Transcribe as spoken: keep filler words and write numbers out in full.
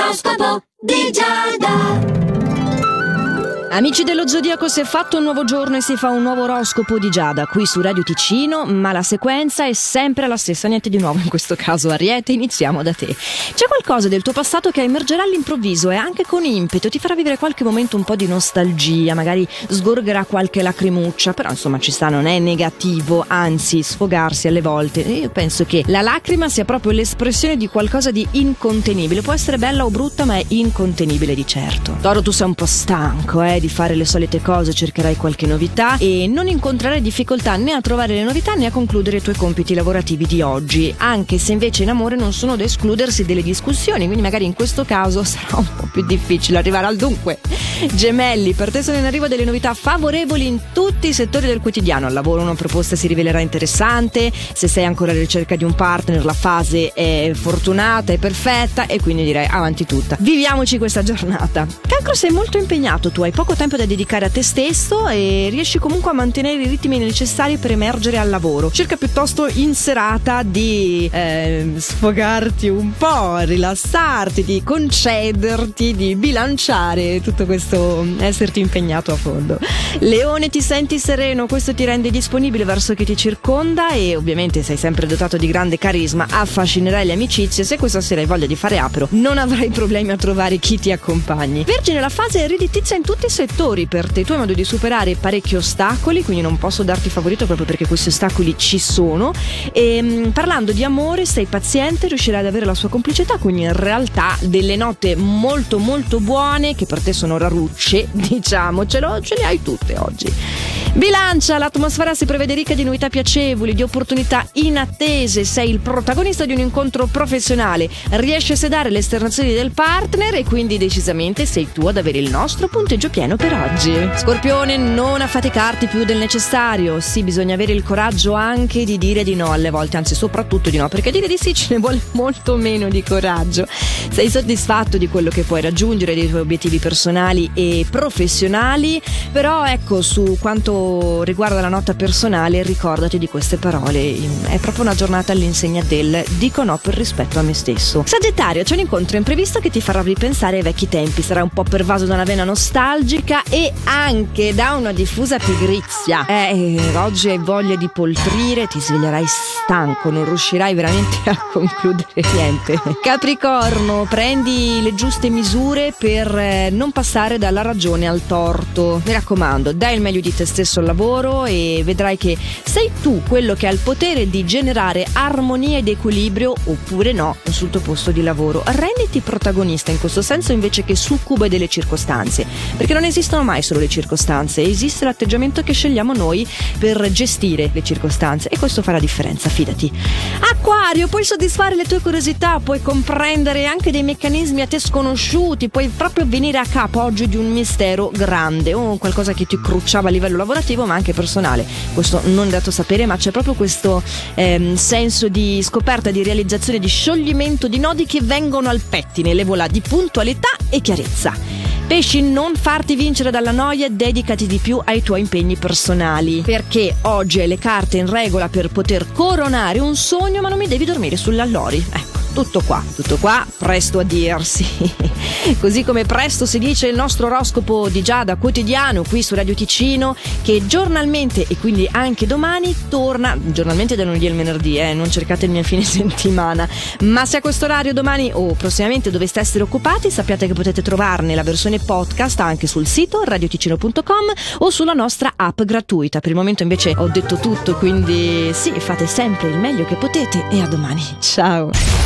L'oroscopo di Giada. Amici dello Zodiaco, si è fatto un nuovo giorno e si fa un nuovo oroscopo di Giada qui su Radio Ticino, ma la sequenza è sempre la stessa, niente di nuovo in questo caso. Ariete, iniziamo da te. C'è qualcosa del tuo passato che emergerà all'improvviso e anche con impeto ti farà vivere qualche momento un po' di nostalgia, magari sgorgerà qualche lacrimuccia, però insomma ci sta, non è negativo, anzi sfogarsi alle volte. Io penso che la lacrima sia proprio l'espressione di qualcosa di incontenibile, può essere bella o brutta ma è incontenibile di certo. Toro, tu sei un po' stanco eh di fare le solite cose, cercherai qualche novità e non incontrerai difficoltà né a trovare le novità né a concludere i tuoi compiti lavorativi di oggi, anche se invece in amore non sono da escludersi delle discussioni, quindi magari in questo caso sarà un po' più difficile arrivare al dunque. Gemelli, per te sono in arrivo delle novità favorevoli in tutti i settori del quotidiano. Al lavoro una proposta si rivelerà interessante, se sei ancora alla ricerca di un partner la fase è fortunata, è perfetta e quindi direi avanti tutta. Viviamoci questa giornata. Cancro, sei molto impegnato, tu hai poco tempo da dedicare a te stesso e riesci comunque a mantenere i ritmi necessari per emergere al lavoro. Cerca piuttosto in serata di eh, sfogarti un po', rilassarti, di concederti, di bilanciare tutto questo esserti impegnato a fondo. Leone, ti senti sereno, questo ti rende disponibile verso chi ti circonda e ovviamente sei sempre dotato di grande carisma, affascinerai le amicizie. Se questa sera hai voglia di fare apero non avrai problemi a trovare chi ti accompagni. Vergine, la fase è redditizia in tutti i settori per te, tu hai modo di superare parecchi ostacoli, quindi non posso darti favorito proprio perché questi ostacoli ci sono e mh, parlando di amore sei paziente, riuscirai ad avere la sua complicità, quindi in realtà delle note molto molto buone che per te sono rarucce, diciamocelo, ce le hai tutte oggi. Bilancia, l'atmosfera si prevede ricca di novità piacevoli, di opportunità inattese, sei il protagonista di un incontro professionale, riesci a sedare le esternazioni del partner e quindi decisamente sei tu ad avere il nostro punteggio pieno per oggi. Scorpione, non affaticarti più del necessario, sì, bisogna avere il coraggio anche di dire di no alle volte, anzi soprattutto di no, perché dire di sì ce ne vuole molto meno di coraggio. Sei soddisfatto di quello che puoi raggiungere, dei tuoi obiettivi personali e professionali, però ecco, su quanto riguarda la nota personale ricordati di queste parole, è proprio una giornata all'insegna del dico no per rispetto a me stesso. Sagittario, c'è un incontro imprevisto che ti farà ripensare ai vecchi tempi, sarai un po' pervaso da una vena nostalgica e anche da una diffusa pigrizia. Eh, oggi hai voglia di poltrire, ti sveglierai stanco, non riuscirai veramente a concludere niente. Capricorno, prendi le giuste misure per eh, non passare dalla ragione al torto. Mi raccomando, dai il meglio di te stesso al lavoro e vedrai che sei tu quello che ha il potere di generare armonia ed equilibrio, oppure no, sul tuo posto di lavoro. Renditi protagonista in questo senso invece che succube delle circostanze, perché non esistono mai solo le circostanze, esiste l'atteggiamento che scegliamo noi per gestire le circostanze e questo fa la differenza, fidati. Acquario, puoi soddisfare le tue curiosità, puoi comprendere anche dei meccanismi a te sconosciuti, puoi proprio venire a capo oggi di un mistero grande o qualcosa che ti crucciava a livello lavorativo ma anche personale. Questo non è dato sapere, ma c'è proprio questo ehm, senso di scoperta, di realizzazione, di scioglimento di nodi che vengono al pettine, le volà di puntualità e chiarezza. Pesci, non farti vincere dalla noia, dedicati di più ai tuoi impegni personali, perché oggi hai le carte in regola per poter coronare un sogno, ma non mi devi dormire sull'allori. Ecco, tutto qua, tutto qua, presto a dirsi. Così come presto si dice il nostro oroscopo di Giada quotidiano qui su Radio Ticino, che giornalmente e quindi anche domani torna, giornalmente da lunedì al venerdì, eh, non cercate il mio fine settimana, ma se a questo orario domani o prossimamente doveste essere occupati, sappiate che potete trovarne la versione podcast anche sul sito radioticino punto com o sulla nostra app gratuita. Per il momento invece ho detto tutto, quindi sì, fate sempre il meglio che potete e a domani. Ciao!